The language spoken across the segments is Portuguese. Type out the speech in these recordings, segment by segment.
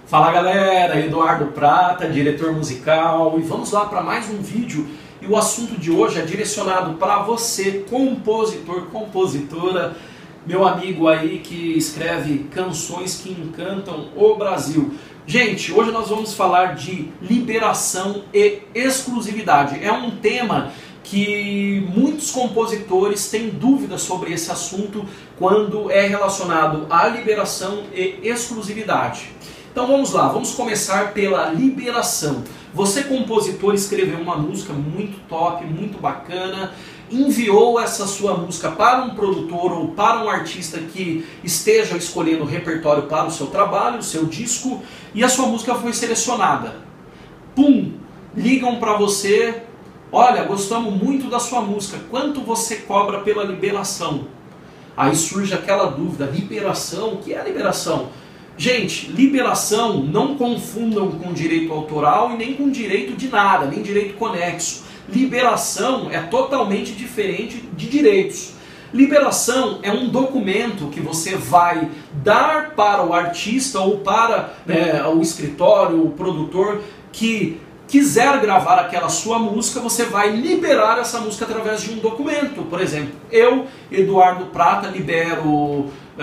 Fala galera, Eduardo Prata, diretor musical, e vamos lá para mais um vídeo. E o assunto de hoje é direcionado para você, compositor, compositora, meu amigo aí que escreve canções que encantam o Brasil. Gente, hoje nós vamos falar de liberação e exclusividade. É um tema que muitos compositores têm dúvidas sobre esse assunto quando é relacionado à liberação e exclusividade. Então vamos lá, vamos começar pela liberação. Você, compositor, escreveu uma música muito top, muito bacana, enviou essa sua música para um produtor ou para um artista que esteja escolhendo o repertório para o seu trabalho, o seu disco, e a sua música foi selecionada. Pum! Ligam para você, olha, gostamos muito da sua música, quanto você cobra pela liberação? Aí surge aquela dúvida, liberação? O que é liberação? Gente, liberação não confundam com direito autoral e nem com direito de nada, nem direito conexo. Liberação é totalmente diferente de direitos. Liberação é um documento que você vai dar para o artista ou para o escritório, o produtor que quiser gravar aquela sua música, você vai liberar essa música através de um documento. Por exemplo, eu, Eduardo Prata, libero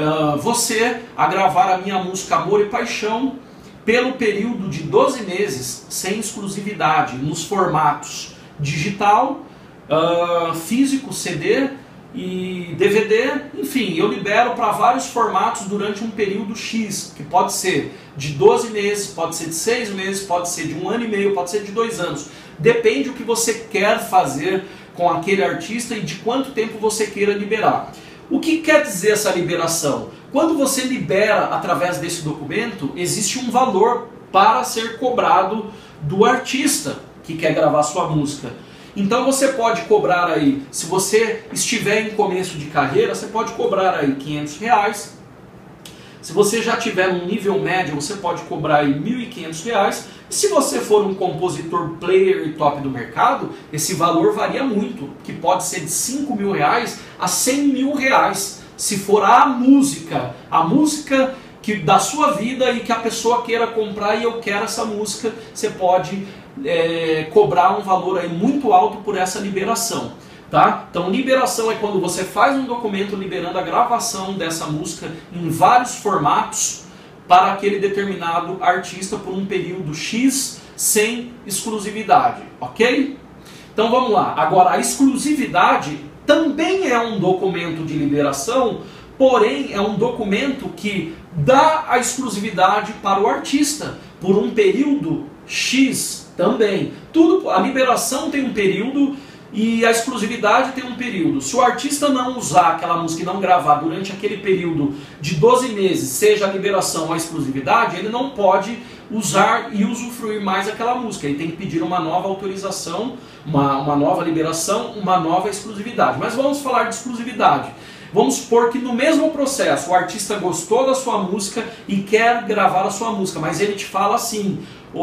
você a gravar a minha música Amor e Paixão pelo período de 12 meses, sem exclusividade, nos formatos digital, físico, CD e DVD, enfim, eu libero para vários formatos durante um período X, que pode ser de 12 meses, pode ser de 6 meses, pode ser de 1 ano e meio, pode ser de 2 anos. Depende do que você quer fazer com aquele artista e de quanto tempo você queira liberar. O que quer dizer essa liberação? Quando você libera através desse documento, existe um valor para ser cobrado do artista que quer gravar sua música. Então você pode cobrar aí, se você estiver em começo de carreira, você pode cobrar aí R$500. Se você já tiver um nível médio, você pode cobrar aí R$1.500. E se você for um compositor player e top do mercado, esse valor varia muito, que pode ser de R$5.000 a R$100.000, se for a música da sua vida e que a pessoa queira comprar e eu quero essa música, você pode cobrar um valor aí muito alto por essa liberação. Tá? Então, liberação é quando você faz um documento liberando a gravação dessa música em vários formatos para aquele determinado artista por um período X sem exclusividade, ok? Então vamos lá. Agora, a exclusividade também é um documento de liberação, porém é um documento que dá a exclusividade para o artista por um período X também. A liberação tem um período e a exclusividade tem um período. Se o artista não usar aquela música e não gravar durante aquele período de 12 meses, seja a liberação ou a exclusividade, ele não pode usar e usufruir mais aquela música. Ele tem que pedir uma nova autorização, uma nova liberação, uma nova exclusividade. Mas vamos falar de exclusividade. Vamos supor que no mesmo processo o artista gostou da sua música e quer gravar a sua música, mas ele te fala assim: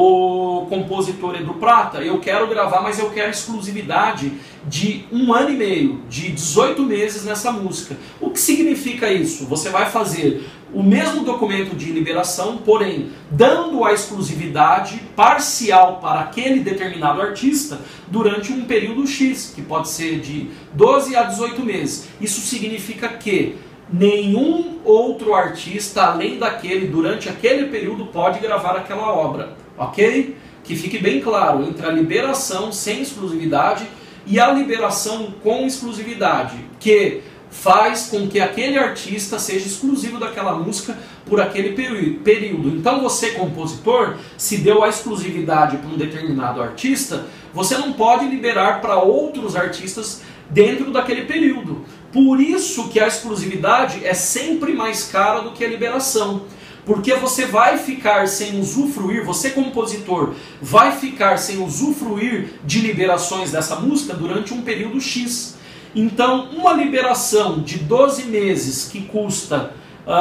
o compositor Edu Prata, eu quero gravar, mas eu quero exclusividade de 1 ano e meio, de 18 meses nessa música. O que significa isso? Você vai fazer o mesmo documento de liberação, porém dando a exclusividade parcial para aquele determinado artista durante um período X, que pode ser de 12 a 18 meses. Isso significa que nenhum outro artista, além daquele, durante aquele período, pode gravar aquela obra, ok? Que fique bem claro entre a liberação sem exclusividade e a liberação com exclusividade, que faz com que aquele artista seja exclusivo daquela música por aquele período. Então você, compositor, se deu a exclusividade para um determinado artista, você não pode liberar para outros artistas dentro daquele período. Por isso que a exclusividade é sempre mais cara do que a liberação. Porque você vai ficar sem usufruir, você compositor, vai ficar sem usufruir de liberações dessa música durante um período X. Então, uma liberação de 12 meses que custa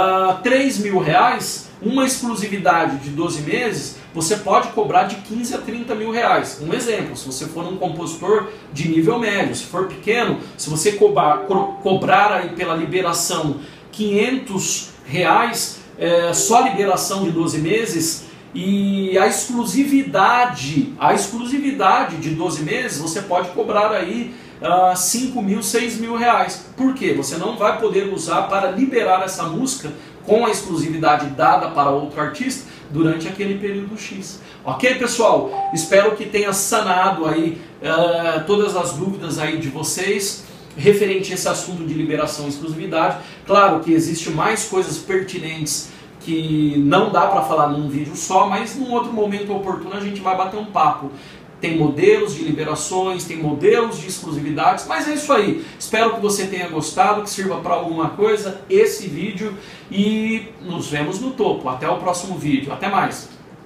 R$3.000, uma exclusividade de 12 meses, você pode cobrar de 15 a 30 mil reais. Um exemplo, se você for um compositor de nível médio, se for pequeno, se você cobrar aí pela liberação R$500, só a liberação de 12 meses, E a exclusividade de 12 meses você pode cobrar aí 5 mil, 6 mil reais. Por quê? Você não vai poder usar para liberar essa música com a exclusividade dada para outro artista durante aquele período X. Ok, pessoal? Espero que tenha sanado aí todas as dúvidas aí de vocês referente a esse assunto de liberação e exclusividade. Claro que existe mais coisas pertinentes que não dá para falar num vídeo só, mas num outro momento oportuno a gente vai bater um papo. Tem modelos de liberações, tem modelos de exclusividades, mas é isso aí. Espero que você tenha gostado, que sirva para alguma coisa esse vídeo e nos vemos no topo. Até o próximo vídeo. Até mais!